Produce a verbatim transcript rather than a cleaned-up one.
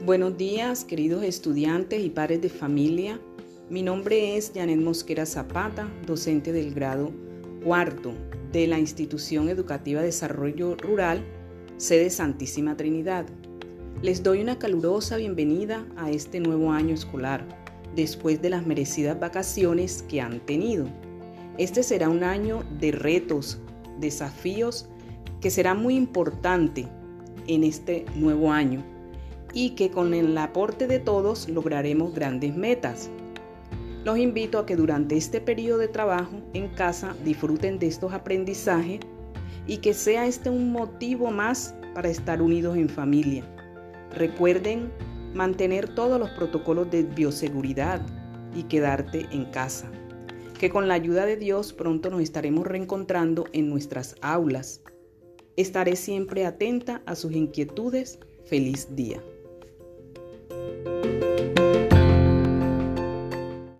Buenos días, queridos estudiantes y padres de familia. Mi nombre es Janet Mosquera Zapata, docente del grado cuarto de la Institución Educativa de Desarrollo Rural, sede Santísima Trinidad. Les doy una calurosa bienvenida a este nuevo año escolar, después de las merecidas vacaciones que han tenido. Este será un año de retos, desafíos, que será muy importante en este nuevo año y que con el aporte de todos lograremos grandes metas. Los invito a que durante este periodo de trabajo en casa disfruten de estos aprendizajes y que sea este un motivo más para estar unidos en familia. Recuerden mantener todos los protocolos de bioseguridad y quedarte en casa. Que con la ayuda de Dios pronto nos estaremos reencontrando en nuestras aulas. Estaré siempre atenta a sus inquietudes. Feliz día.